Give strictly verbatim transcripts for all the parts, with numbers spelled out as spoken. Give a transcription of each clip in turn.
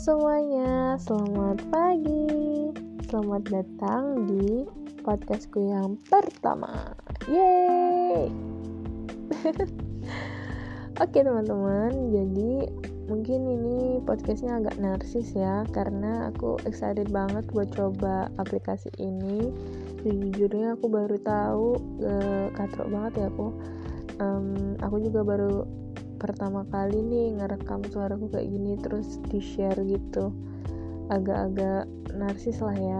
semuanya, selamat pagi. Selamat datang di podcastku yang pertama. Yeay. Oke teman-teman, jadi mungkin ini podcastnya agak narsis ya, karena aku excited banget buat coba aplikasi ini. Sejujurnya aku baru tahu, uh, katrok banget ya aku. Um, aku juga baru pertama kali nih ngerekam suaraku kayak gini terus di share gitu, agak-agak narsis lah ya.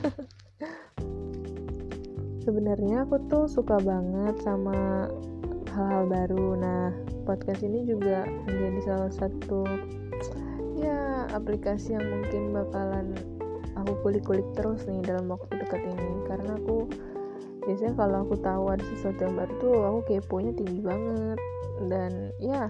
Sebenarnya aku tuh suka banget sama hal-hal baru. Nah, podcast ini juga menjadi salah satu ya aplikasi yang mungkin bakalan aku kulik-kulik terus nih dalam waktu dekat ini, karena aku biasanya kalau aku tahu ada sesuatu yang baru tuh aku keponya tinggi banget. Dan ya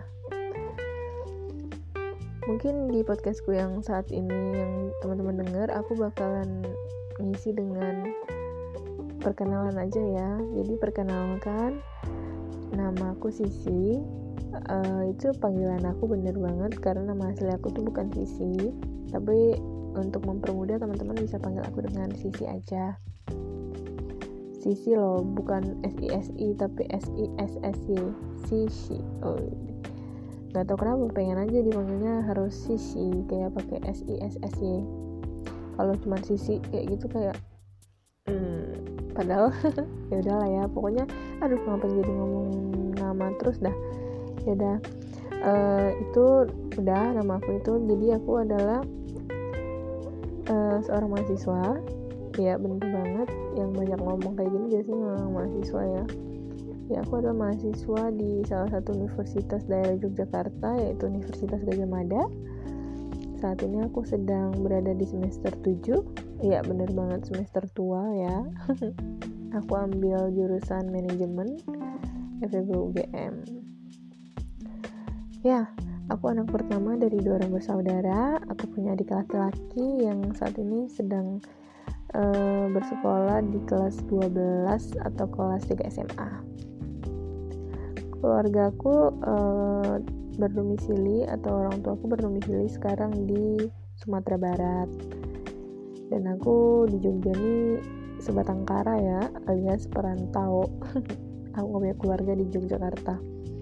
mungkin di podcastku yang saat ini yang teman-teman dengar, aku bakalan ngisi dengan perkenalan aja ya. Jadi perkenalkan, nama aku Sisi. Uh, itu panggilan aku bener banget karena nama asli aku tuh bukan Sisi, tapi untuk mempermudah teman-teman bisa panggil aku dengan Sisi aja. Sisi loh, bukan S I S I tapi S I S S Y. Sisi. Oh, nggak tahu kenapa pengen aja dipanggilnya harus Sisi, kayak pakai S I S S Y. Kalau cuma Sisi kayak gitu kayak, hmm, padahal ya udahlah ya. Pokoknya, aduh ngapa jadi ngomongin nama terus dah. Ya udah, uh, itu udah nama aku itu. Jadi aku adalah uh, seorang mahasiswa. Ya bener banget, yang banyak ngomong kayak gini biasanya orang mahasiswa ya. Ya aku adalah mahasiswa di salah satu universitas daerah Yogyakarta, yaitu Universitas Gadjah Mada. Saat ini aku sedang berada di semester tujuh. Ya bener banget, semester tua ya. Aku ambil jurusan manajemen F E B U G M. Ya, aku anak pertama dari dua orang bersaudara. Aku punya adik laki-laki yang saat ini sedang Uh, bersekolah di kelas dua belas atau kelas tiga S M A. Keluargaku uh, berdomisili atau orang tuaku berdomisili sekarang di Sumatera Barat. Dan aku di Jogja nih sebatang kara ya, alias perantau. Aku gak punya keluarga di Yogyakarta.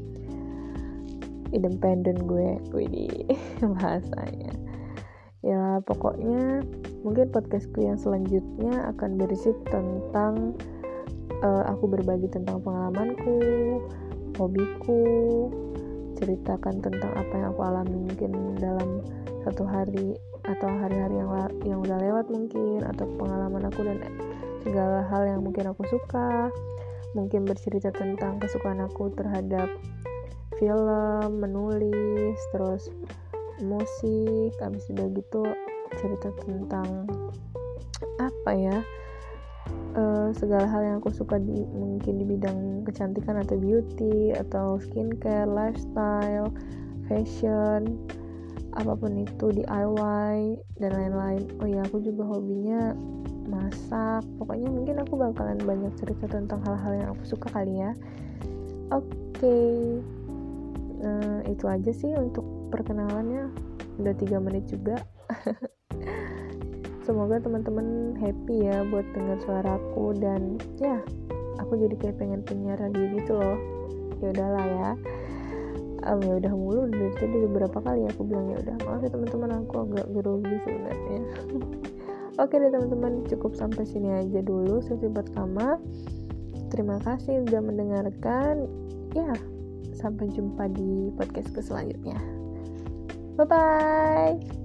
Independen gue, widih bahasanya. Ya pokoknya mungkin podcastku yang selanjutnya akan berisi tentang uh, aku berbagi tentang pengalamanku, hobiku, ceritakan tentang apa yang aku alami mungkin dalam satu hari atau hari-hari yang la- yang udah lewat mungkin, atau pengalaman aku dan segala hal yang mungkin aku suka. Mungkin bercerita tentang kesukaan aku terhadap film, menulis, terus musik, habis udah gitu cerita tentang apa ya, uh, segala hal yang aku suka di, mungkin di bidang kecantikan atau beauty atau skincare, lifestyle, fashion, apapun itu, D I Y dan lain-lain. Oh ya, aku juga hobinya masak. Pokoknya mungkin aku bakalan banyak cerita tentang hal-hal yang aku suka kali ya. Oke, okay. Nah, itu aja sih untuk perkenalannya. Udah tiga menit juga. Semoga teman-teman happy ya buat dengar suaraku, dan ya aku jadi kayak pengen penyiar radio gitu loh. Ya udahlah ya. Um, ya udah mulu dari tadi beberapa kali aku bilang ya udah. Maaf ya teman-teman, aku agak grogi sebenarnya. Oke deh teman-teman, cukup sampai sini aja dulu sesi pertama. Terima kasih sudah mendengarkan. Ya, sampai jumpa di podcast selanjutnya. Bye bye.